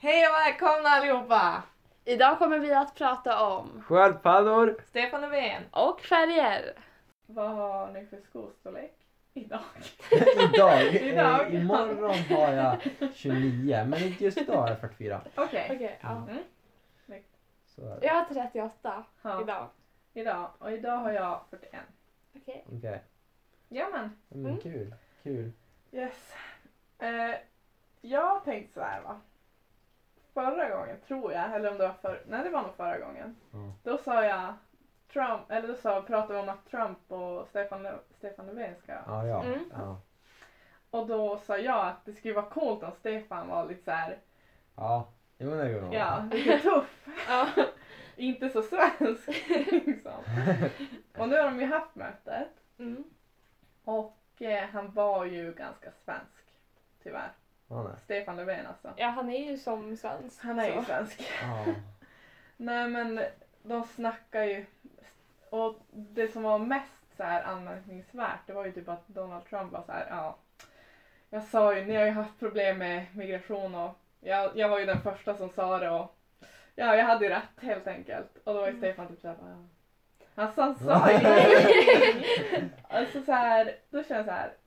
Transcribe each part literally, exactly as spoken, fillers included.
Hej och välkomna allihopa! Idag kommer vi att prata om Sköldpaddor! Stefan Löfven. och färger. Vad har ni för skostorlek idag? Idag, Idag. eh, imorgon har jag tjugonio, men inte just idag har jag fyrtiofyra. Okej. Okej, ja. Mm. Så är det. Jag har trettioåtta Ja. idag. Idag. Och idag har jag fyrtioen. Okej. Okej, Ja men. men Mm. kul, kul. Yes. Eh, jag tänkte så här va. Förra gången tror jag, eller om det var för, nej det var nog förra gången. Ja. Då sa jag Trump, eller då sa, pratade vi om att Trump och Stefan, Lö, Stefan Löfven ska. Ja, ja. Mm. Ja, Och då sa jag att det skulle vara coolt om Stefan var lite så här, ja. Jo, men det går nog. ja, lite tuff. Ja. Inte så svensk. Liksom. Och nu har de ju haft mötet. Mm. Och eh, han var ju ganska svensk. Tyvärr. Ja, nej. Stefan Löfven alltså. Ja, han är ju som svensk. Han är ju så. svensk. Ja. Nej men de snackar ju. Och det som var mest så här anmärkningsvärt. Det var ju typ att Donald Trump var så här. Ja, jag sa ju, ni har ju haft problem med migration. Och jag, jag var ju den första som sa det. Och ja, jag hade ju rätt helt enkelt. Och då var ju Mm. Stefan typ såhär. Ja. Alltså han sa ju ingenting. Alltså så här, då känner jag så här.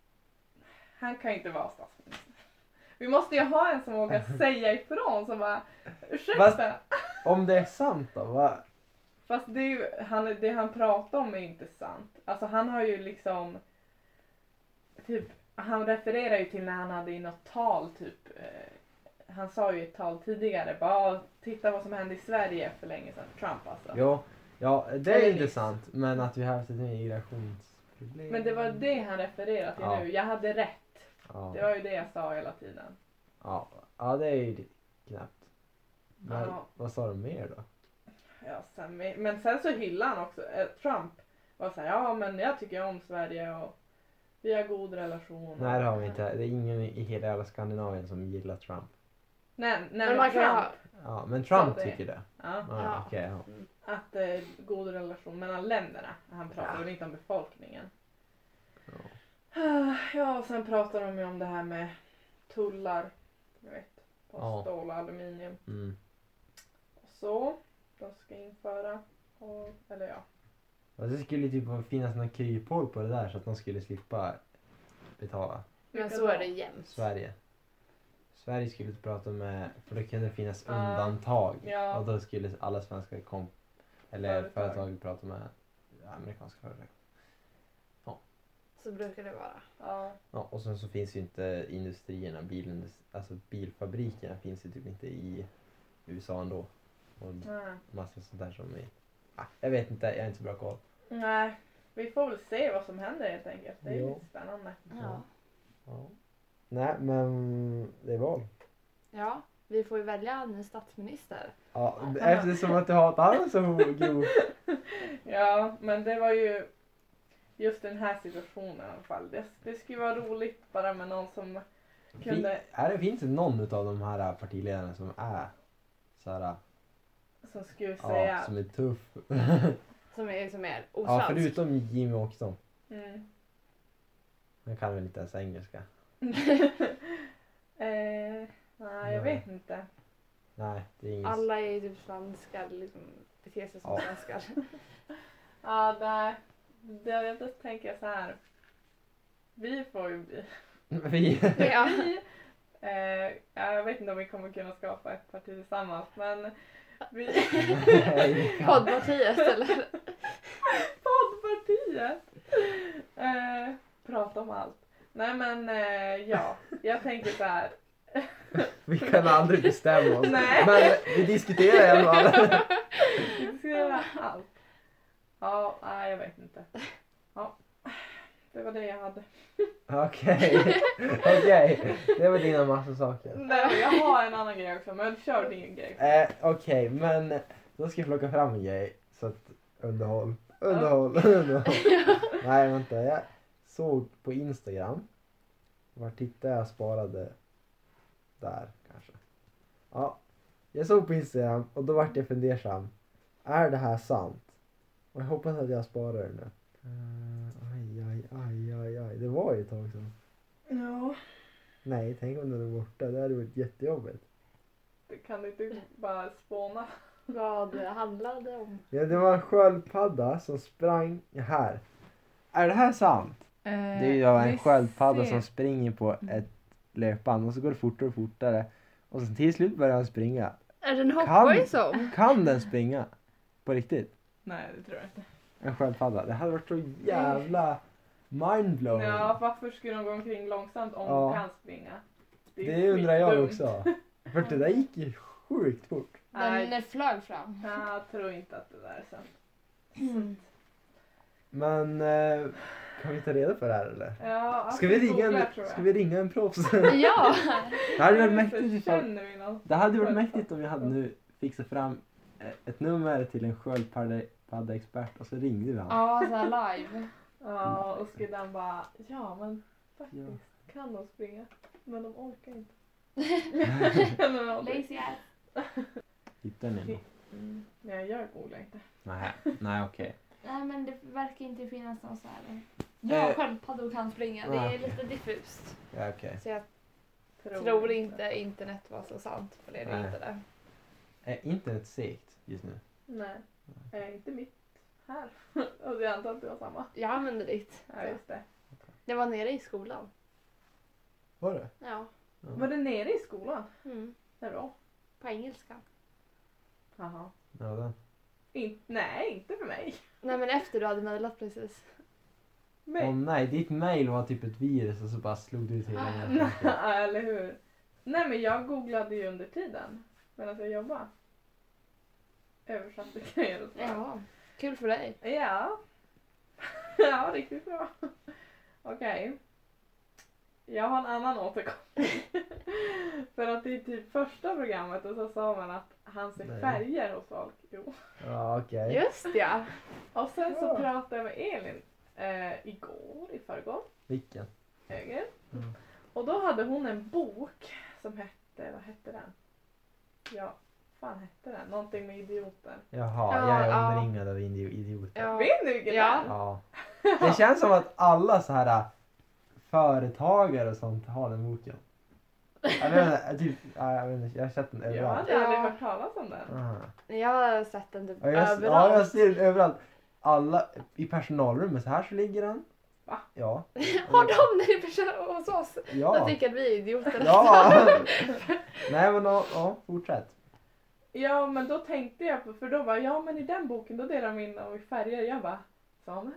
Han kan ju inte vara statsminister. Vi måste ju ha en som vågar säga ifrån. Som bara, ursäkta. Fast- Om det är sant då, va? Fast det, är ju, han, det han pratar om är inte sant. Alltså han har ju liksom. Typ, han refererar ju till när han hade i något tal typ. Eh, han sa ju i ett tal tidigare. Bara titta vad som hände i Sverige för länge sedan. Trump alltså. Jo, ja, det Eller är nyss. intressant. Men att vi har haft ett migrationsproblem. Men det var det han refererade till Ja. nu. Jag hade rätt. Ja. Det var ju det jag sa hela tiden. Ja. Ja, det är ju knappt. Men Ja. vad sa de mer då? Ja, sen, men sen så hyllar han också. Eh, Trump var så här, ja men jag tycker om Sverige och vi har god relation. Nej, det har vi inte. Det är ingen i hela jävla Skandinavien som gillar Trump. Nej, nej Men men, man kan ju Trump. ha... Ja, men Trump Så det- tycker det. Ja, Ja, Ja. okej, ja. att eh, god relation mellan länderna. Han pratar Ja. väl inte om befolkningen. Ja. Ah, ja, och sen pratar de ju om det här med tullar. Du vet, på Ja. stål och aluminium. Mm. Och så, de ska införa. Och, eller ja. Alltså, det skulle typ finnas någon kryphål på det där så att de skulle slippa betala. Men så är det jämt. Sverige. Sverige skulle prata med, för det kunde finnas Ja. undantag. Ja. Och då skulle alla svenska kom, eller Företag. företag prata med amerikanska företag. Så brukar det vara. Ja. Ja, och sen så finns ju inte industrierna, bilindustri, alltså bilfabrikerna finns ju typ inte i U S A ändå. Och Nej. massa sånt där som är, ah, jag vet inte, jag är inte så bra koll. Nej, vi får väl se vad som händer helt enkelt. Det är Jo. lite spännande. Ja. Ja. Nej, men det är val. Ja, vi får ju välja en ny statsminister. Ja, eftersom att du hatar honom så grovt. Ja, men det var ju just den här situationen i alla fall. Det, det skulle vara roligt bara med någon som kunde, Fin, är det, finns det någon av de här partiledarna som är så här, som skulle ja, säga. som är tuff? Som är, som är Ja, osvensk. förutom Jimmy Åkesson. Mm. Han kan väl inte ens engelska. eh, nej, jag Nej. vet inte. Nej, det är inget. Alla är ju typ svenskar, liksom beter sig som Ja. svenskar. Ja, nej. Det, då tänker jag så här. Vi får ju bli. Vi. Ja. Eh, jag vet inte om vi kommer kunna skapa ett parti tillsammans, men vi... Nej. Poddpartiet eller? Poddpartiet! Eh, prata om allt. Nej men eh, ja, jag tänker så här. Vi kan aldrig bestämma oss. Nej. Men vi diskuterar i alla fall. Vi ska göra allt. Ja, nej jag vet inte. Ja, det var det jag hade. Okej. Okej. Det var dina massa saker. Nej, jag har en annan grej också, men kör din grej. Eh, Okej, men då ska jag plocka fram en grej. Så att underhåll. Underhåll. underhåll. Nej, vänta. Jag såg på Instagram. Var tittade jag sparade? Där kanske. Ja. Jag såg på Instagram och då vart jag fundersam. Är det här sant? Och jag hoppas att jag sparar det nu. Uh, aj, aj, aj, aj, aj. Det var ju ett tag sedan. Ja. Nej, tänk om den är borta. Det hade varit jättejobbigt. kan du inte bara spåna? Vad handlade det om? Ja, det var en sköldpadda som sprang här. Är det här sant? Det är ju en sköldpadda som springer på ett löpband och så går det fortare och fortare. Och sen till slut börjar han springa. Är den hoppar ju Kan, som? kan den springa? På riktigt? Nej, det tror jag inte. En sköldpadda. Det hade varit så jävla mindblowing. Ja, varför skulle de gå omkring långsamt om Ja. de kan springa? Det, är ju undrar jag skitdumt. också. För det där gick ju sjukt fort. Nej, Den flög fram. jag tror inte att det där är sant. Mm. Men eh, kan vi ta reda på det här eller? Ja, Ska vi ringa googla, en, tror jag. ska vi ringa en proffs? Ja! Det hade varit Hur mäktigt ifall, känner vi någon? det hade varit Sköldpadda? mäktigt om vi hade nu fixat fram eh, ett nummer till en sköldpadda-expert och så ringde vi han. Ja, så här live. Ja, och skulle den bara, ja men faktiskt kan de springa. Men de orkar inte. Men aldrig. Lazy ass. Hittar ni något? Mm. Nej, jag googlar inte. Nej, nej okej. Nej men det verkar inte finnas någon så här. Ja, Eh. sköldpaddor kan springa. Det Nej. är lite diffust. Ja, okej. Så jag tror inte internet var så sant. För det är det Nej. inte det. Är internet segt just nu? Nej, äh, inte mitt här. Och jag antar att det var samma. Jag använder ditt. Ja, just det. Det var nere i skolan. Var det? Ja. Var det nere i skolan? Mm. Nej då. På engelska. Jaha. Ja, den. In- nej, inte för mig. Nej men efter du hade mejlat precis. Men, Åh nej, ditt mail var typ ett virus och så bara slog du till den. nej, eller hur? Nej, men jag googlade ju under tiden. Medan jag jobbade. Översatte grejer och så. Ja. Kul för dig. Ja. Ja, riktigt bra. Okej. Jag har en annan återkoppling. För att i typ första programmet och så sa man att han ser Nej. färger hos folk. Jo. Ja, okej. Just ja. Och sen så Ja. pratade jag med Elin eh, igår, i förrgår, Vilken? höger. Mm. Och då hade hon en bok som hette, vad hette den? Ja, fan hette den? Någonting med idioter. Jaha, Ja, jag är ja. omringad av idi- idioter. Ja. Vet ni vilken Ja. det är? Ja. Det känns som att alla så här äh, företagare och sånt har den boken. Jag vet inte, typ, ja, jag vet inte, jag har sett den Jag överallt. hade aldrig Ja. hört talas om den. Aha. Jag har sett den typ Ja, jag, överallt. ja, jag ser den överallt. Alla i personalrummet, så här så ligger den. Va? Ja. Har de den i person hos oss? De Ja. tycker att vi är idioter. Ja. Nej men ja, ja, fortsätt. Ja, men då tänkte jag på, för då var ja men i den boken då delar de in dem i färger. Jag bara, Samuel?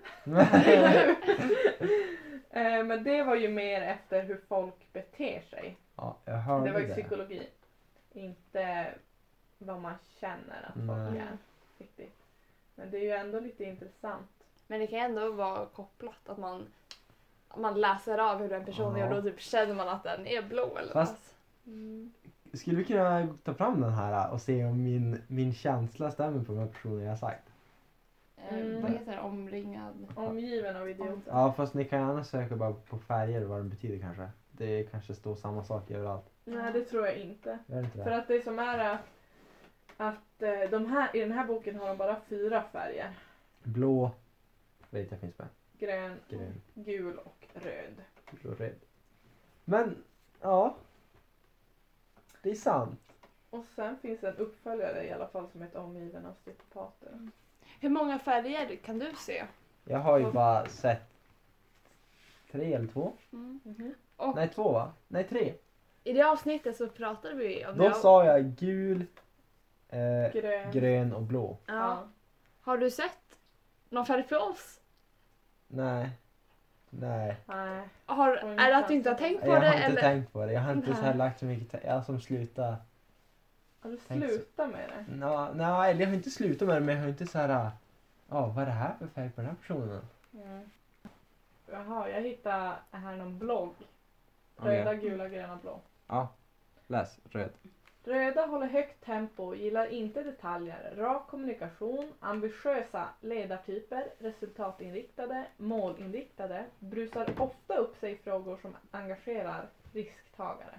eh, men det var ju mer efter hur folk beter sig. Ja, jag hörde Det var ju det. psykologi. Inte vad man känner att folk Nej. är. Riktigt. Men det är ju ändå lite intressant. Men det kan ju ändå vara kopplat att man, man läser av hur en person Ja. är och då typ känner man att den är blå eller Fast- något. Mm. Skulle vi kunna ta fram den här och se om min, min känsla stämmer på de här personerna jag har sagt? Eh, Mm. Vad heter det? Omringad? Omgiven av idioter. Ja, fast ni kan gärna söka bara på färger vad den betyder kanske. Det kanske står samma sak överallt. Nej, det tror jag inte. Gör det inte För det? att det som är att, att eh, de här, i den här boken har de bara fyra färger. Blå vet jag finns med. Grön, Grön. gul och röd. Blå, röd. Men, ja. Det är sant. Och sen finns det en uppföljare i alla fall som heter Omgiven av psykopater. Hur många färger kan du se? Jag har ju bara sett tre eller två. Mm. Mhm. Och Nej, två va? Nej, tre. i det avsnittet så pratade vi om Då det. sa jag gul, eh, Grön. grön och blå. Ja. Ja. Har du sett någon färg för oss? Nej. Nej. Nej. Har, Oj, är det att du inte har tänkt på Jag det? har inte eller? tänkt på det. Jag har inte Nej. så här lagt så mycket. Jag har som slutat. Har du Tänk så. slutat med det? Nå, nej, eller jag har inte slutat med det, men jag har inte så här. Ja, vad är det här för färg på den här personen? Mm. Jaha, jag hittade här någon blogg. Okej. Röda, gula, gröna, blå. Ja, läs. Röd. Röda håller högt tempo, gillar inte detaljer, rak kommunikation, ambitiösa ledartyper, resultatinriktade, målinriktade, brusar ofta upp sig i frågor som engagerar risktagare.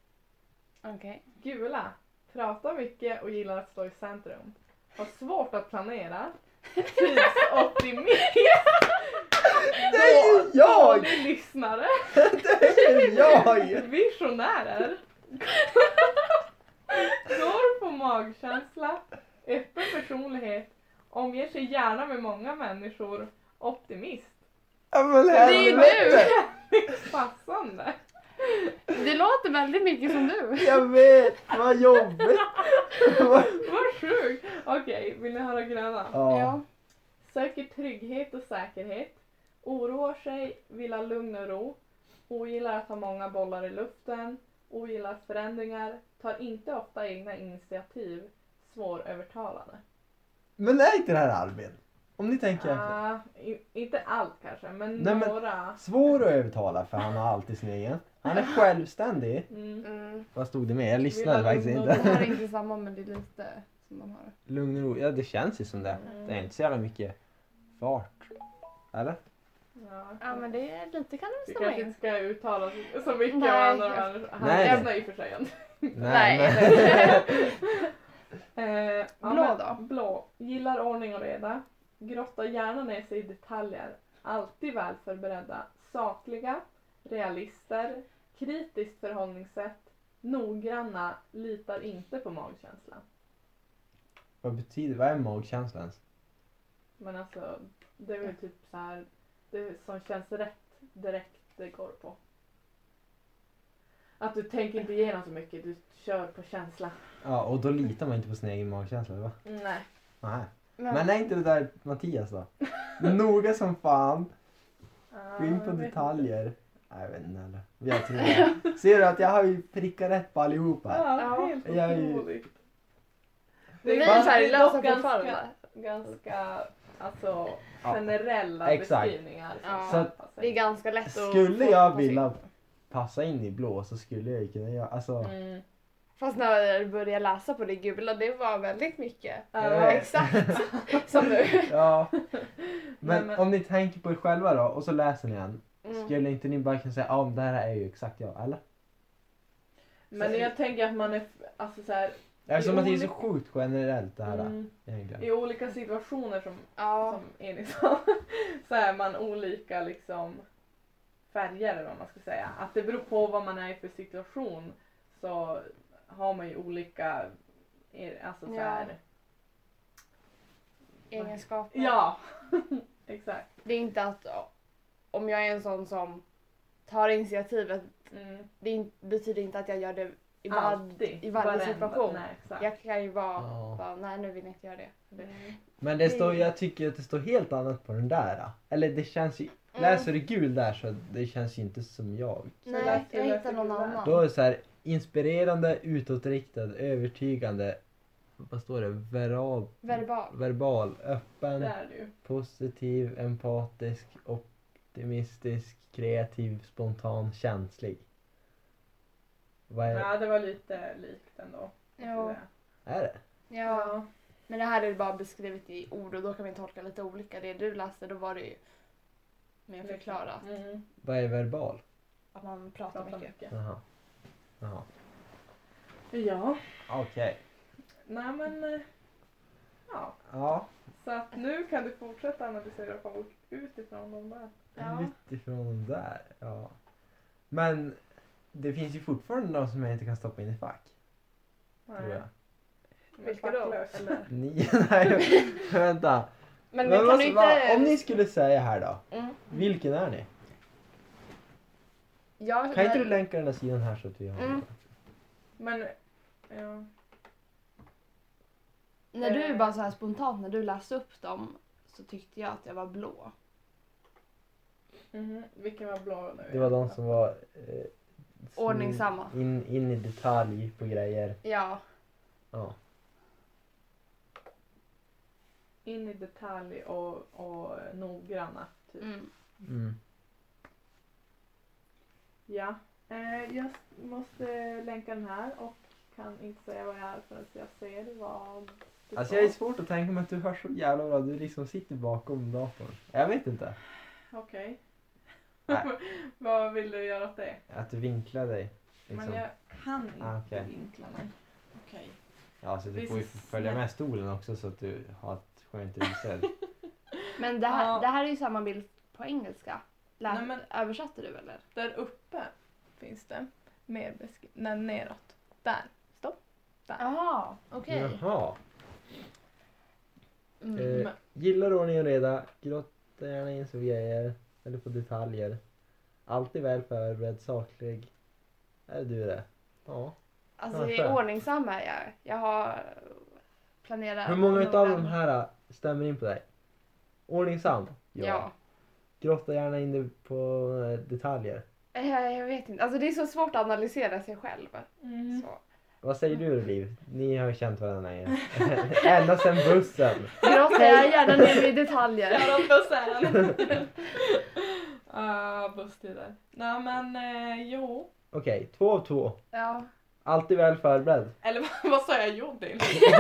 Okej. Gula, pratar mycket och gillar att stå i centrum. Har svårt att planera, tidsoptimist, Det är ju jag! dålig lyssnare, Det är jag! visionärer, omger sig gärna med många människor. Optimist. Ja, men Det är ju du! Passande. Det låter väldigt mycket som du. Jag vet, vad jobbigt. Vad sjukt. Okej, vill ni höra gröna? Ja. Söker trygghet och säkerhet. Oroar sig, vill ha lugn och ro. Ogillar att ha många bollar i luften. Ogillar förändringar. Tar inte ofta egna initiativ. Svårövertalande. Men är inte det här Albin? Om ni tänker efter. Ah, i, inte allt kanske, men Nej, men- några. Svår att övertala för han har alltid sin egen. Han är självständig. Mm. Mm. Vad stod det med? Jag lyssnade Vill ha faktiskt lugn och Det inte. här är inte samma men det är lite som de har. Lugn och ro. Ja, det känns ju som det. Mm. Det är inte så jävla mycket fart. Eller? Ja, Ja men det är lite kan Vi det stämma kanske in. inte ska uttala så mycket om Nej, andra jag- människor. Han Nej. lyssnar i och för sig inte. Nej. Eh, ja, Blå men- då? Blå. Gillar ordning och reda. Grottar gärna ner sig i detaljer. Alltid väl förberedda. Sakliga. Realister. Kritiskt förhållningssätt. Noggranna. Litar inte på magkänslan. Vad betyder, vad är magkänslan? Men alltså, det är väl typ så här. Det som känns rätt direkt det går på. Att du tänker inte igenom så mycket. Du kör på känsla. Ja, och då litar man inte på sin egen magkänsla, va? Nej. Nej. Men, Men är inte det där Mattias då? Noga som fan. Gå in Ja, på jag vet detaljer. Nej, jag vet inte heller. Jag tror det. Ser du att jag har ju prickat rätt på allihopa? Ja, Ja. helt Jag är ju- otroligt. vi Va? är dock färglösa ganska, fortfarande. ganska alltså, Ja, generella exakt. beskrivningar. som Ja. Så att- passar Det är in. ganska lätt att Skulle få- jag få se. vilja passa in i blå så skulle jag ju kunna göra, alltså. Mm. Fast när du började läsa på det gula, det var väldigt mycket. Ja. Ja, Exakt som du. Ja. Men, Nej, men- om ni tänker på er själva då och så läser ni en. Mm. Skulle inte ni bara kunna säga ja men det här är ju exakt jag, eller? Men jag tänker att man är, f- alltså så här, Eftersom I att det är så olika- sjukt generellt det här mm, egentligen. i olika situationer som, Ja. som Elin sa, så är man olika liksom färger eller vad man ska säga. Att det beror på vad man är i för situation så har man ju olika, eh, alltså så Ja. här, Egenskaper. ja, exakt. Det är inte att om jag är en sån som tar initiativet, Mm. det är in- betyder inte att jag gör det i, var, Alltid. i varje Varenda. situation. Nej, exakt. Jag kan ju vara, Ja. bara, nej nu vill jag inte göra det. Mm. Men det står, Det- jag tycker att det står helt annat på den där. Eller det känns ju, läser du gul där så det känns ju inte som jag. Nej, läser jag du hittar någon gula? annan. Då är det så här inspirerande, utåtriktad, övertygande, vad står det? Vera, Verbal. verbal, Det öppen, är det ju. positiv, empatisk, optimistisk, kreativ, spontan, känslig. Vad är, Ja, det var lite likt ändå. Ja. är det? Ja. Men det här är bara beskrivet i ord och då kan vi tolka lite olika. Det du läste då var det ju mer förklarat. Mm. Vad är verbal? Att man pratar Pratar mycket. mycket. Jaha. Jaha. Ja, Okej. nej men eh, ja. Ja, Så att nu kan du fortsätta analysera folk utifrån de där. Ja. utifrån de där. Ja. Men det finns ju fortfarande de som jag inte kan stoppa in i fack. Tror jag. Men Vilka då? facklös, eller? Ni, nej, vänta. Men, Men kan vad- du inte... vad- om ni skulle säga här då. Mm. Vilken är ni? Ja, Kan inte men- du länka den där sidan här så att vi har Mm. Men, ja. När du Eh. bara så här spontant, när du läste upp dem så tyckte jag att jag var blå. Mhm. Vilken var blå nu? Det var de som var eh, Ordningsamma. In, in i detalj på grejer. Ja. Ja. In i detalj och, och noggranna. Typ. Mm. Mm. Ja. Eh, jag måste länka den här och kan inte säga vad jag är förrän jag ser vad det Alltså står. jag är svårt att tänka mig att du hör så jävla bra. Du liksom sitter bakom datorn. Jag vet inte. Okej. Nej. Vad vill du göra åt det? Att du vinklar dig. Liksom. Men jag kan inte Ah, okej. vinkla mig. Okej. Ja, så du Det är får ju så följa snett. med stolen också så att du har ett skönt utsedd. Men det här, Ja. det här är ju samma bild på engelska. Lä- Nej, men- Översatte du eller? Där uppe finns det mer beskrivet. Nej, neråt. Där. Stopp. Där. Jaha, okej. Jaha. Mm. Eh, men- gillar ordning och reda. Grotta gärna in sig grejer. Eller på detaljer. Alltid väl förberedd, saklig. Är du det? Ja. Alltså Kanske. ordningsam är jag. Jag har planerat. Hur många utav noga. de här stämmer in på dig? Ordningsam? Ja. Grotta gärna in dig på eh, detaljer. Eh, Jag, jag vet inte. Alltså det är så svårt att analysera sig själv. Mm. Så. Vad säger du Liv? Ni har ju känt varandra länge. Ända sedan bussen. Grottar jag gärna ner mig i detaljer. Shoutout bussen! Ah, busstider. Nej men eh, jo. Okej, två av två. Ja. Alltid väl förberedd. Eller vad, vad sa jag Jodin?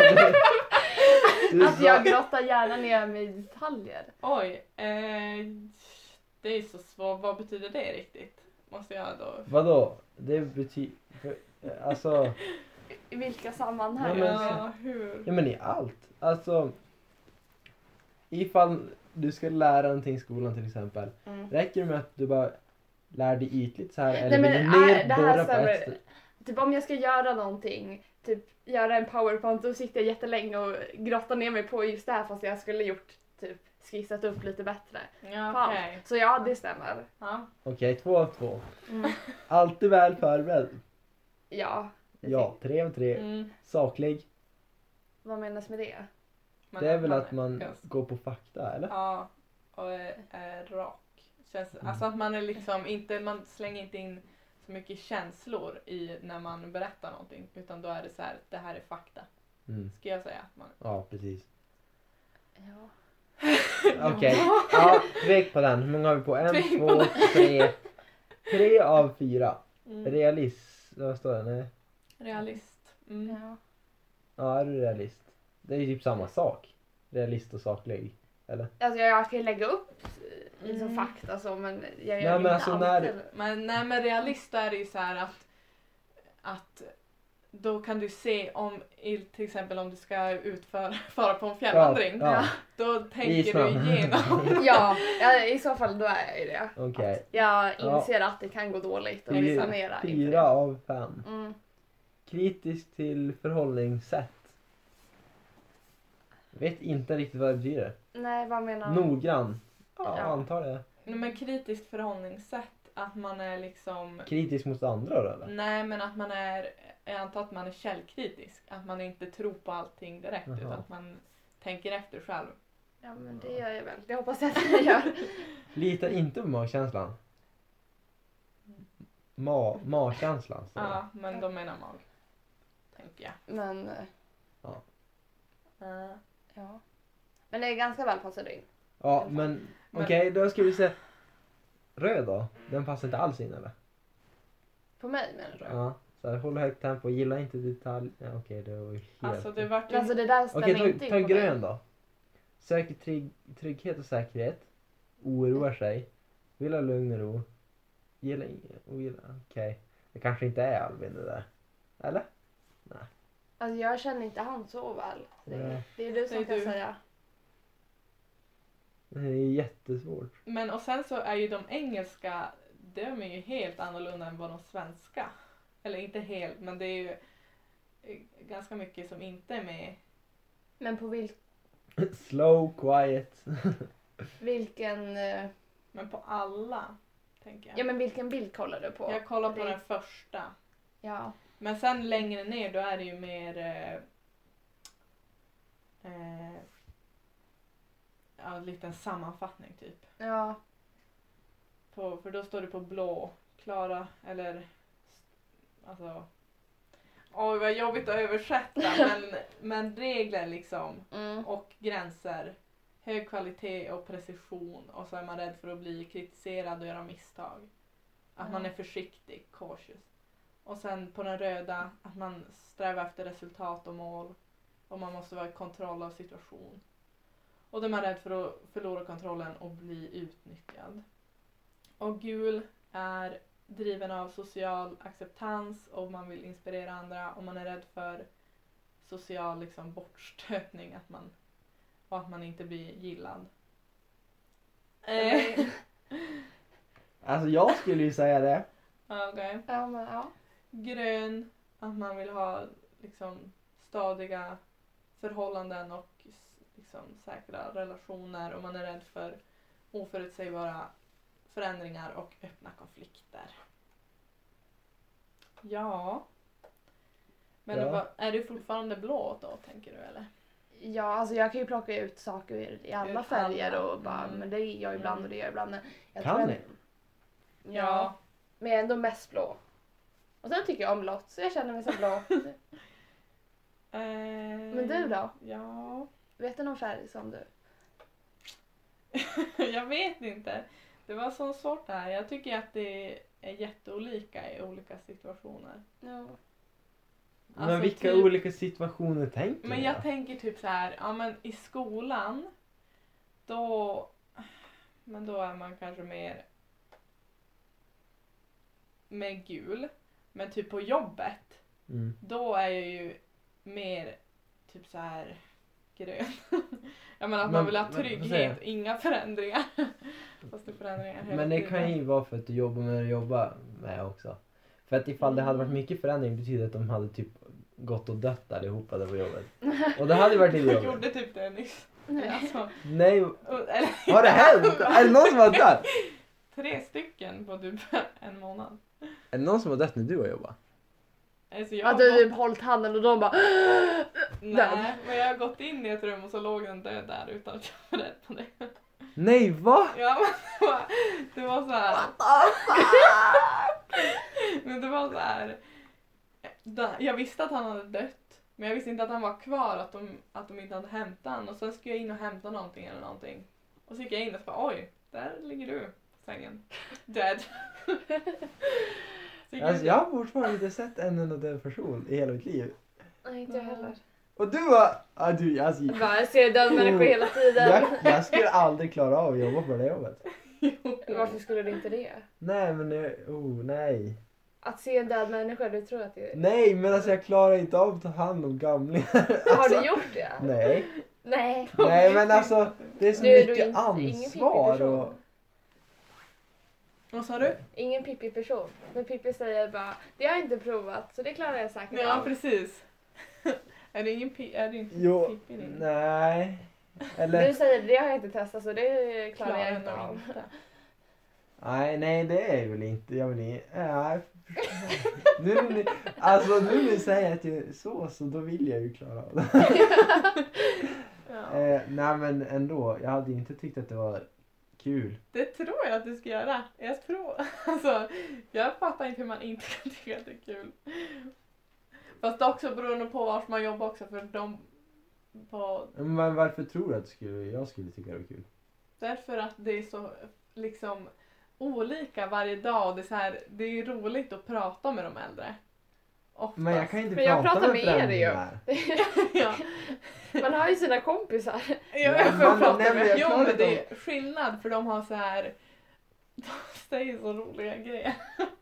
Du Att sa- jag grottar gärna ner mig i detaljer. Oj. Eh, det är så svårt. Vad betyder det riktigt? Måste jag då... Vadå? Det betyder... Alltså... I vilka sammanhang? Ja, men- Ja, hur? Ja men i allt. Alltså... Ifall du ska lära någonting i skolan till exempel. Mm. Räcker det med att du bara lär dig ytligt så här? Eller Nej, vill men, du nej, mer det här borra på stämmer. ett ställe? Typ om jag ska göra någonting, typ göra en powerpoint, då sitter jag jättelänge och grottar ner mig på just det här fast jag skulle gjort typ skissat upp lite bättre. Ja, Fan. okej. Så ja, det stämmer. Ja. Okej, två av två. Mm. Alltid väl förberedd. Ja. det Ja, tycker- tre av tre. Mm. Saklig. Vad menas med det? Men Det är väl att man ganska- går på fakta, eller? Ja, och är, är rak. Känns, Mm. Alltså att man är liksom inte, man slänger inte in så mycket känslor i när man berättar någonting. Utan då är det så här, det här är fakta. Mm. Ska jag säga att man... Ja, precis. Ja. Okej, ja, tvek på den. Hur många har vi på? En, Tvek på två, den. tre. Tre av fyra. Mm. Realist. Vad står det? Nej. Realist. Mm. Ja. Ja, är du realist? Det är ju typ samma sak. Realist och saklig. Eller? Alltså jag kan ju lägga upp eh, liksom Mm. fakta så, men jag Nej, gör men inte alltså alltid. när- Men nej, men realist är det ju så här att, att då kan du se om, i- till exempel om du ska utföra fara på en fjällvandring. Ja, Då tänker I du snön. igenom. Ja, ja, i så fall då är jag ju det. Okej. Att jag Ja. inser att det kan gå dåligt och Fyra- vill planera inför Fyra det. av fem. Mm. Kritisk till förhållningssätt. Vet inte riktigt vad det betyder. Nej, vad menar du? Noggrann. Ja, Ja. antar det. Nej, men kritiskt förhållningssätt, att man är liksom... Kritisk mot andra då eller? Nej, men att man är, jag antar att man är källkritisk. Att man inte tror på allting direkt Jaha. utan att man tänker efter själv. Ja, men det gör jag väl. Det hoppas jag att jag gör. Litar inte på magkänslan. Ma, magkänslan. står det. Ja, men de menar mag. Tänker jag. Men, eh, Uh, ja. Men det är ganska väl passade in. Ja, men Men- okej, då ska vi se. Röd då? Den passar inte alls in eller? På mig menar du? Ja. Så här, håll högt tempo, gilla inte detalj. Ja, okej, det var ju helt... alltså det vart Men alltså det där stämmer Okej, inte ta, in ta på grön mig. då. Söker trygg, trygghet och säkerhet. Oroar sig. Vill ha lugn och ro. Gillar inget. Ogillar. Okej. Det kanske inte är Albin det där. Eller? Alltså jag känner inte han så väl. Det, Nej. det är du som Säg kan du. säga. Det är jättesvårt. Men och sen så är ju de engelska, de är ju helt annorlunda än vad de svenska. Eller inte helt, men det är ju eh, ganska mycket som inte är med. Men på vil, Slow, quiet. vilken... eh, Men på alla, tänker jag. Ja, men vilken bild kollar du på? Jag kollar på Det- den första. Ja. Men sen längre ner då är det ju mer eh, eh, ja, en liten sammanfattning typ. Ja. På, för då står det på blå, klara eller alltså oj vad jobbigt att översätta men, men regler liksom Mm. och gränser, hög kvalitet och precision och så är man rädd för att bli kritiserad och göra misstag. Att man är försiktig, cautious. Och sen på den röda att man strävar efter resultat och mål och man måste vara i kontroll av situation. Och då är man rädd för att förlora kontrollen och bli utnyttjad. Och gul är driven av social acceptans och man vill inspirera andra och man är rädd för social liksom, bortstötning att man, och att man inte blir gillad. Eh, Alltså jag skulle ju säga det. Okej. Ja, men ja. Grön, att man vill ha liksom, stadiga förhållanden och s- liksom säkra relationer och man är rädd för oförutsägbara förändringar och öppna konflikter. Ja. Men Ja. vad- är du fortfarande blå då, tänker du, eller? Ja, alltså jag kan ju plocka ut saker i alla Ur färger alla. och bara, Mm. men det gör jag ibland och det gör jag ibland. Jag Kan tror du? jag- Ja. Men jag är ändå mest blå. Och sen tycker jag om blått, så jag känner mig som blå. Eh, Men du då? Ja. Vet du någon färg som du? Jag vet inte. Det var så svårt det här. Jag tycker att det är jätteolika i olika situationer. Ja. Men Alltså, vilka typ- olika situationer tänker Men du jag då? tänker typ så här, ja men i skolan då, men då är man kanske mer med gul. Men typ på jobbet, Mm. då är jag ju mer typ så här grön. Jag menar att Men- man vill ha men, vad säger trygghet, jag? inga förändringar. Fast det är förändringar hela Men det tiden. kan ju vara för att du jobbar med att jobba med också. För att ifall det hade varit Mm. mycket förändring betyder det att de hade typ gått och dött allihopa där på jobbet. Och det hade ju varit lite Jag jobbigt. gjorde typ det nyss. Nej. Alltså, Nej, och- eller, har det hänt? Är det någon som har dött? tre stycken på typ en månad. Är det någon som har dött när du har jobbat? Alltså jag Att har du gått- typ hållit handen och de bara Nej, men jag har gått in i ett rum och så låg den död där utan att jag var rädd på det. Nej, va? Ja, men det var, det var så här. Men det var så här. da- Jag visste att han hade dött, men jag visste inte att han var kvar, att de, att de inte hade hämtat han. Och sen skulle jag in och hämta någonting eller någonting. Och så gick jag in och så bara, oj, där ligger du på sängen. Dead. Så gick Alltså, jag- jag har fortfarande inte sett en enda död person i hela mitt liv. Nej, inte jag heller. Och du var... Ah, du, alltså, Jag bara, jag ser död människor hela tiden. jag, jag skulle aldrig klara av att jobba på det jobbet. Varför skulle du inte det? Nej, men... jag- Oh, nej. Att se en död människa, du tror att det är... Nej, men alltså jag klarar inte av att ta hand om gamlingar. Har Alltså, du gjort det? Nej. Nej. Nej, men alltså det är så Nu är du mycket inte- ingen ansvar Pippi-person. och... Vad sa du? Ingen Pippi-person. Men Pippi säger bara, det har jag inte provat så det klarar jag säkert Ja, av. precis. Är det ingen pi- är det inte Jo, Pippi din? nej. Du Eller... säger, det har jag inte testat så det klarar jag inte nog av. inte. Nej, nej det är väl inte. Jag vill inte... Nej. Nu, när ni- alltså nu när ni säger att jag är så, så då vill jag ju klara av det. Ja. Eh, nej men ändå, jag hade ju inte tyckt att det var kul. Det tror jag att du ska göra. Jag tror, alltså, jag fattar inte hur man inte kan tycka att det är kul. Fast det också beroende på vart man jobbar också, för de på, Men varför tror du att skulle, jag skulle tycka det var kul? därför att det är så liksom olika varje dag och det är så här, det är ju roligt att prata med de äldre. Oftast. Men jag kan inte Men jag prata pratar med med er ju. främlingar. Ja. Man har ju sina kompisar. Ja, Ja, jag får men- prata nej, men med. jag Jo, klarar men inte det är skillnad för de har så här. De säger så roliga grejer.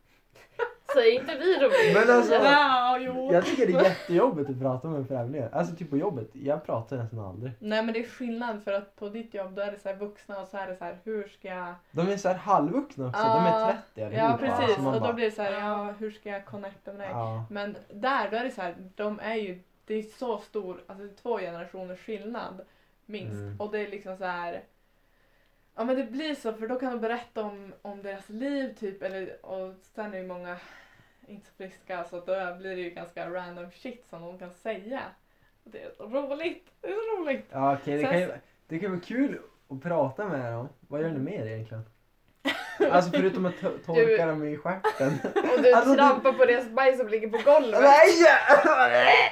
Så är inte vi roliga. Men alltså- Ja, jo. Jag tycker det är jättejobbigt att prata med främlingar. Alltså typ på jobbet, jag pratar nästan aldrig. Nej, men det är skillnad för att på ditt jobb då är det så här vuxna och så är det så här, hur ska jag... De är så här halvvuxna också, de är Ja, trettio allihopa. Ja, Så precis. man Och då bara, blir det så här, ja, hur ska jag connecta med dig? ja. Men där, då är det så här, de är ju, det är så stor, alltså det är två generationers skillnad minst. Mm. Och det är liksom så här, ja men det blir så, för då kan de berätta om, om deras liv typ, eller, och sen är ju många inte så friska, så då blir det ju ganska random shit som de kan säga. Och det är så roligt, det är så roligt. Ja, okej, det, Sen- kan ju, det kan vara kul att prata med dem. Vad gör ni mer egentligen? Alltså förutom att to- torka dem i stjärten. Och du Alltså, du- trampar på deras bajs som ligger på golvet. Nej!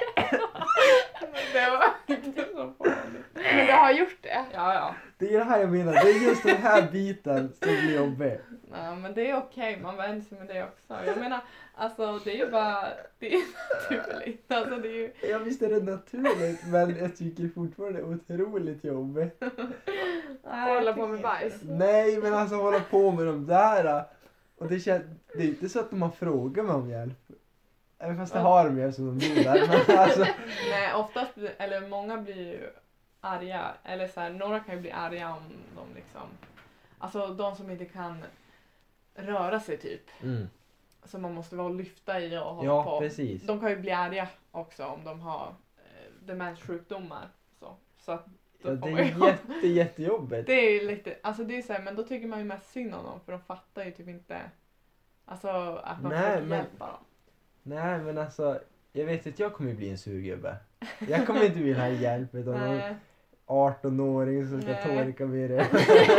Det var inte så farligt. Men du har gjort det. Ja, ja. Det är det här jag menar, det är just den här biten som blir jobbig. Nej, men det är okej, man vänjer sig med det också. Jag menar, alltså det är ju bara, det är naturligt. Alltså det är ju... Jag visst är det naturligt, men jag tycker fortfarande det är otroligt jobbigt. Nej, Hålla jag på tycker med inte bajs. det. Nej, men alltså hålla på med de där. Och det känns, det är inte så att de har frågat mig om hjälp. Även fast det har de ju eftersom de bor där. Men alltså, Nej, oftast, blir, eller många blir ju arga. Eller så här, några kan ju bli arga om de liksom, alltså de som inte kan röra sig typ. mm. Som man måste vara och lyfta i och hålla Ja, på. precis. De kan ju bli arga också om de har eh, demenssjukdomar. Så, så att Ja, då det får man ju- är jätte, jättejobbigt. Det är ju lite, alltså det är så här, men då tycker man ju mest synd om dem för de fattar ju typ inte, alltså att man Nej, försöker men- hjälpa dem. Nej men alltså, jag vet att jag kommer bli en surgubbe. Jag kommer inte vilja ha hjälp utan någon Nej. arton-åring som ska Nej. torka med det.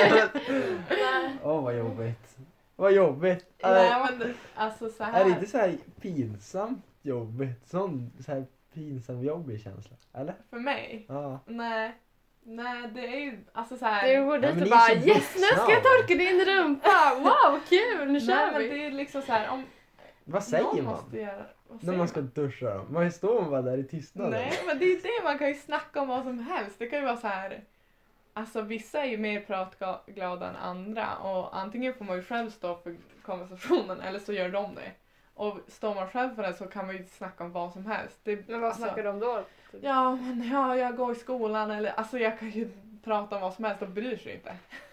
Nej. Åh vad jobbigt. Vad jobbigt. Nej Är, men det- alltså så är här. det inte så här pinsamt jobbigt? Sån så här pinsam jobbig känsla? Eller? För mig? Ja. Nej. Nej det är ju, alltså så här. Du går Ja, dit men och ni bara är så yes nu ska jag vuxna. torka din rumpa! Wow kul nu Nej kör men vi! det är liksom så här om Vad säger någon man? måste göra, vad När säger man ska duscha dem? Man står man bara där i tystnaden? Nej men det är det, man kan ju snacka om vad som helst. Det kan ju vara så här. Alltså vissa är ju mer pratglada än andra och antingen får man ju själv stå för konversationen eller så gör de det. Och står man själv för det så kan man ju snacka om vad som helst. Det, Men vad alltså, snackar du om då? Ja, men ja, jag går i skolan eller alltså jag kan ju prata om vad som helst och bryr sig inte.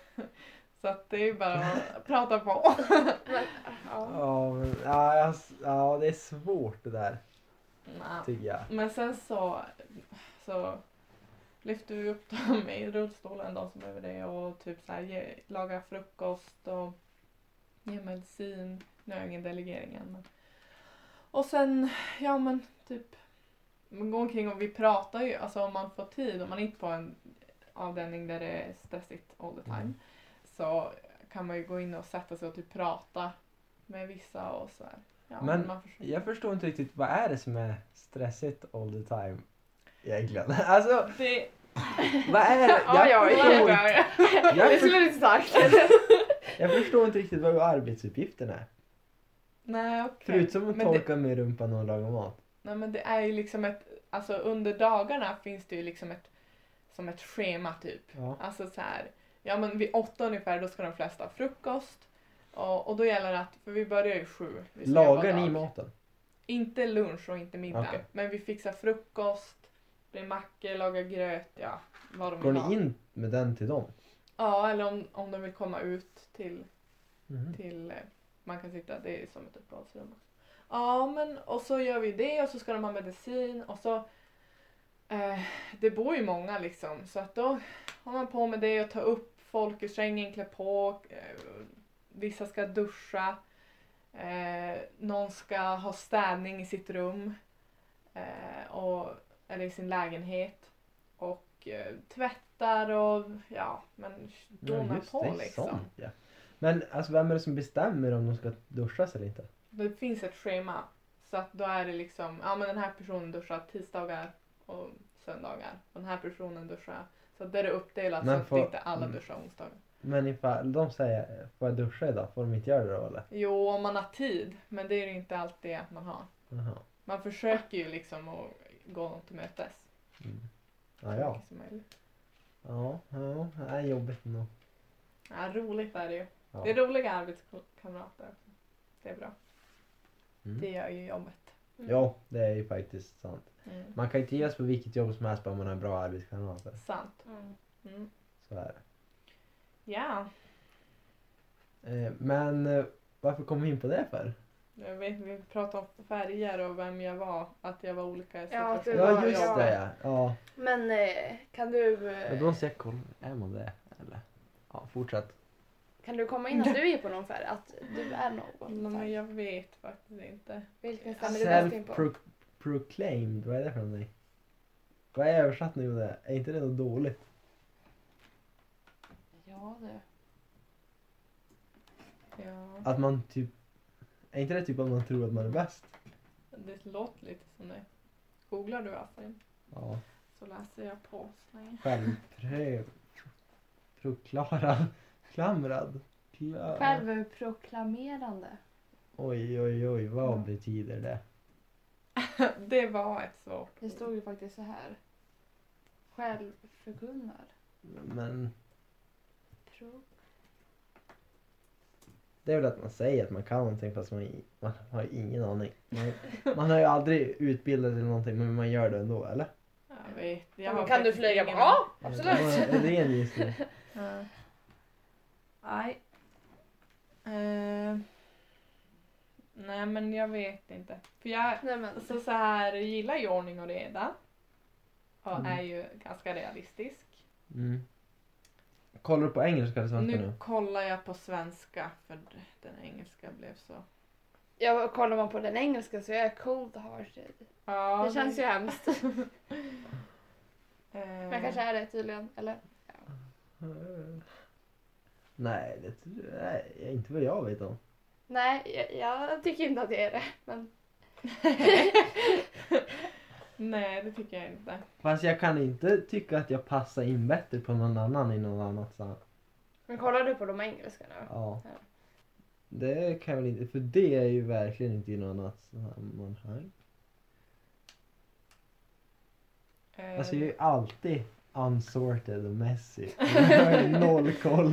Så att det är ju bara att prata på. Men, ja. Ja, men, ja, jag, ja, det är svårt det där Nej. tycker jag. Men sen så, så lyfter vi upp dem i rullstolen, de som behöver det och typ så här, ge, laga frukost och ge medicin. Nu har jag ingen delegering än. Men. Och sen, ja men typ, man går omkring och vi pratar ju, alltså om man får tid, om man inte får en avdelning där det är stressigt all the time, Mm. så kan man ju gå in och sätta sig och typ prata med vissa och så här. Ja, Men man försöker. Jag förstår inte riktigt, vad är det som är stressigt all the time egentligen? Alltså, Det, vad är det? Ja, ja, förstår ja, inte- ja. jag, Det för, skulle du inte sagt. jag förstår inte riktigt vad arbetsuppgiften är. nej okej. Förutom att Men det- torka med rumpan och laga mat. Nej men det är ju liksom ett, alltså under dagarna finns det ju liksom ett, som ett schema typ. Ja. Alltså så här, ja men vid åtta ungefär då ska de flesta ha frukost. Och, och då gäller det att, för vi börjar ju sju. vi ska Lagar jobba ni dag. maten? Inte lunch och inte middag. Okej. Men vi fixar frukost, det är mackor, lagar gröt, ja vad de Går vill ha. ni in med den till dem? Ja eller om, om de vill komma ut till Mhm. till, eh, man kan sitta, det är som ett uppehållsrum också. Ja men och så gör vi det och så ska de ha medicin och så eh, det bor ju många liksom så att då har man på med det och ta upp folk ur sängen, klä på, eh, vissa ska duscha, eh, någon ska ha städning i sitt rum eh, och, eller i sin lägenhet och eh, tvättar och ja men donar just på det, liksom. sånt, ja. Men alltså, vem är det som bestämmer om de ska duschas eller inte? Det finns ett schema. Så att då är det liksom, ja men den här personen duschar tisdagar och söndagar. Och den här personen duschar. Så att det är det uppdelat Men så att får- inte alla mm. duschar onsdagar. Men ifall de säger, får jag duscha idag? Får de inte göra det då eller? Jo, om man har tid. Men det är det inte alltid att man har. Jaha. Man försöker ju liksom att gå någon till mötes. Mm. så Ja, ja. mycket som möjligt. Ja, ja, det är jobbigt nog. Ja, roligt är det ju. Ja. Det är roliga arbetskamrater också. Det är bra. Mm. Det gör ju jobbet. Ja, det är ju faktiskt sant. Mm. Man kan inte ge sig på vilket jobb som helst bara man har bra arbetskamrater. Sant. Mm. Mm. Så är det. Ja, Eh, men eh, varför kom vi in på det för? jag vet, vi pratade om färger och vem jag var. Att jag var olika i Ja, att du situationer. var- Ja, just ja. det ja. ja. Men eh, kan du, Men eh, då måste jag kolla, är man det? Eller? Ja, fortsätt. kan du komma in att du är på någon färg? Att du är någon Nej, men färg? jag vet faktiskt inte. Vilken stämmer du bäst in på? Self-proclaimed, vad är det för någonting? Vad är översättning av det? Är inte det något dåligt? Ja du. Ja, Att man typ... Är inte det typ att man tror att man är bäst? det låter lite som det. Googlar du Afrin Ja. så läser jag på så länge. Självpröv... Proklarad... Klamrad... Kla... Självproklamerande. Oj, oj, oj. Vad betyder det? Det var ett svårt Det stod ju faktiskt så här. Självförkunnar. Men Pro... det är väl att man säger att man kan någonting fast man, man har ju ingen aning. Man, man har ju aldrig utbildat eller någonting men man gör det ändå, eller? Jag vet. Jag Ja, har men kan du faktiskt flyga? ingen Ja, Ja, absolut. är det en gissning? Ja. Nej. Eh, nej men jag vet inte. För jag Nej men. så, så här gillar ju ordning och reda. Och Mm. är ju ganska realistisk. Mm. Kollar du på engelska eller svenska nu? Nu kollar jag på svenska för den engelska blev så... Ja, kollar man på den engelska så är jag cold hearted. Ja, Det känns ju hemskt. Eh, Men kanske är det tydligen, eller? Ja. Nej, det nej, inte vad jag vet om. Nej, jag, jag tycker inte att det är det. Men Nej, det tycker jag inte. Fast jag kan inte tycka att jag passar in bättre på någon annan i någon annat sammanhang. Men kollar du på de engelska nu? Ja. Ja. Det kan jag väl inte, för det är ju verkligen inte i något annat sammanhang. Eh, Alltså jag är ju alltid unsorted och messy. Jag har ju noll koll.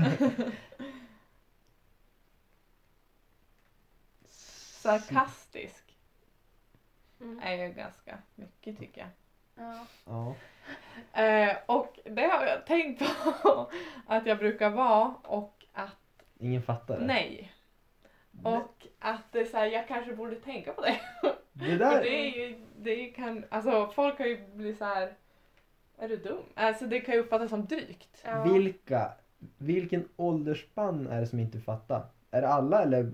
Sarkastisk Mm. är ju ganska mycket tycker jag. Ja. Ja. Eh, och det har jag tänkt på att jag brukar vara och att Ingen fattar det. nej. Och att det är så här, jag kanske borde tänka på det. Det För där... det är ju, det kan, alltså folk kan ju bli så här, är du dum? Alltså det kan ju uppfattas som drygt. Ja. Vilka, vilken åldersspann är det som inte fattar? Är det alla eller?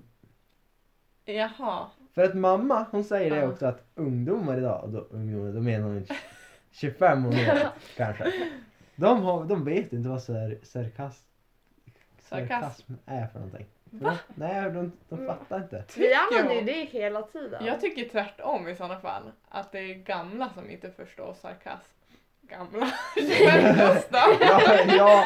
Jaha. För att mamma, hon säger det Ja. också att ungdomar idag, och då, ungdomar, då menar hon tjugofem och mer kanske. De, har, de vet inte vad sar, sarkas, sarkasm är för någonting. Va? Nej, de, de Mm. fattar inte. Vi använder ju jag. det hela tiden. Jag tycker tvärtom i sådana fall. Att det är gamla som inte förstår sarkasm. Gamla. tjugofem-pluss då. Ja, ja.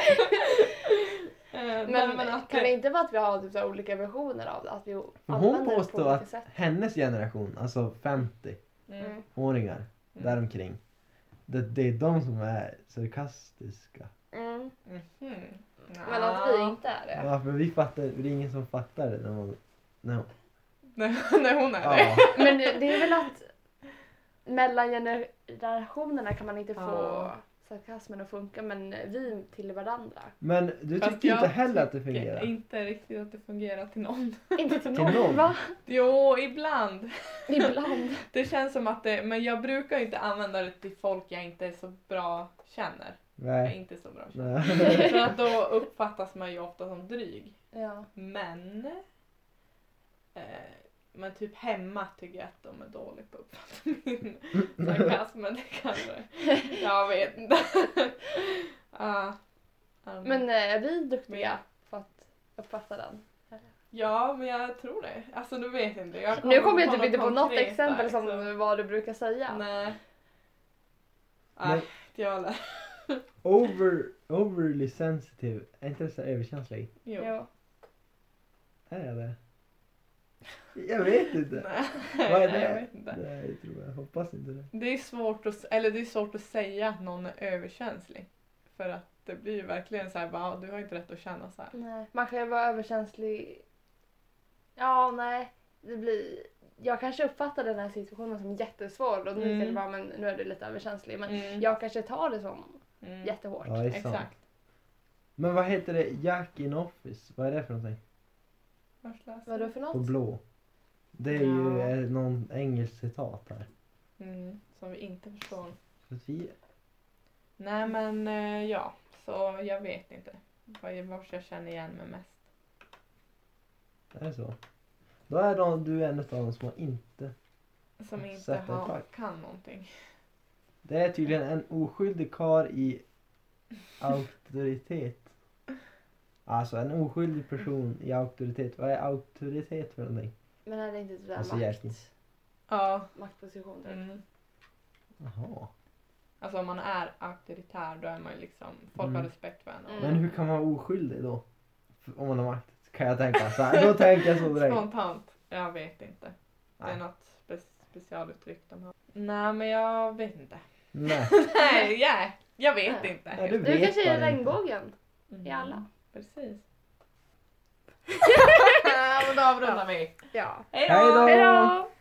Eh, Men, nej, men att kan det det, inte vara att vi har typ så här olika versioner av det? Att vi Hon använder det på påstår olika att sätt? hennes generation, alltså femtio-åringar mm, Mm. däromkring, det, det är de som är sarkastiska. Mm. mhm. Men att vi inte är det. Ja, för vi fattar, det är ingen som fattar det när man... När hon, Nej, nej, hon är det. ja. Men det, det är väl att mellan generationerna kan man inte få Ja. sarkasmen att funka, men vi till varandra. Men du Fast tycker jag inte heller att det tycker fungerar? inte riktigt att det fungerar till någon. Inte till Till någon, någon? va? Jo, ibland. Ibland. Det känns som att det, men jag brukar inte använda det till folk jag inte är så bra känner. Jag är Nej. inte så bra känner. Nej. För att då uppfattas man ju ofta som dryg. Ja. Men, eh, men typ hemma tycker jag att de är dåliga på att uppfatta min sarkasm. Men det kanske, jag vet inte. uh, um, Men eh, är vi duktiga på att uppfatta den? ja, men jag tror det. Alltså nu vet jag inte. Jag Nu kommer jag på typ inte på något konkreta, exempel som liksom. vad du brukar säga. Nej. Men- Nej, inte jag heller. Over, overly sensitive, är inte det så överkänslig? Jo. Jo. Är jag det? Jag vet inte. Nej, Vad är nej, jag det? vet inte. Nej, jag tror jag. Hoppas inte det. Det är svårt att, eller det är svårt att säga att någon är överkänslig. För att det blir ju verkligen så här, bara, du har inte rätt att känna så här. Nej. Man kan ju vara överkänslig. Ja, nej. Det blir... Jag kanske uppfattar den här situationen som jättesvår och nu Mm. säger det bara, men nu är du lite överkänslig. Men Mm. jag kanske tar det som Mm. jättehårt. Ja, det är sant. Exakt. Men vad heter det? Jack in office? Vad är det för någonting? Vart läser Vad är du? det för På något? blå. Det är ju Ja. är någon engelsk citat här. Mm, som vi inte förstår. För att vi, Nej men eh, ja, så jag vet inte. Vad vart jag känner igen mig mest. är det så? Då är de, du en av dem som har inte... Som inte Sätt dig har, kvar. kan någonting. Det är tydligen en oskyldig karl i auktoritet. Alltså en oskyldig person i auktoritet. Vad är auktoritet för någonting? Men är det inte sådär Alltså, makt, Jerkin. Ja. maktpositioner? Mm. Jaha. Alltså om man är auktoritär då är man ju liksom, folk Mm. har respekt för en. Mm. Men hur kan man vara oskyldig då? För om man har makt. Kan jag tänka så här. Då tänker jag så direkt. Spontant. Jag vet inte. Det är Nej. något spe- specialuttryck de har. Nej men jag vet inte. Nej. Nej, yeah, jag vet Nej. inte. Nej, du Du vet kanske är bara inte. regnbågen Mm. i alla. Precis. Men då avrundar vi. Ja. Hej Hej då! Hej då!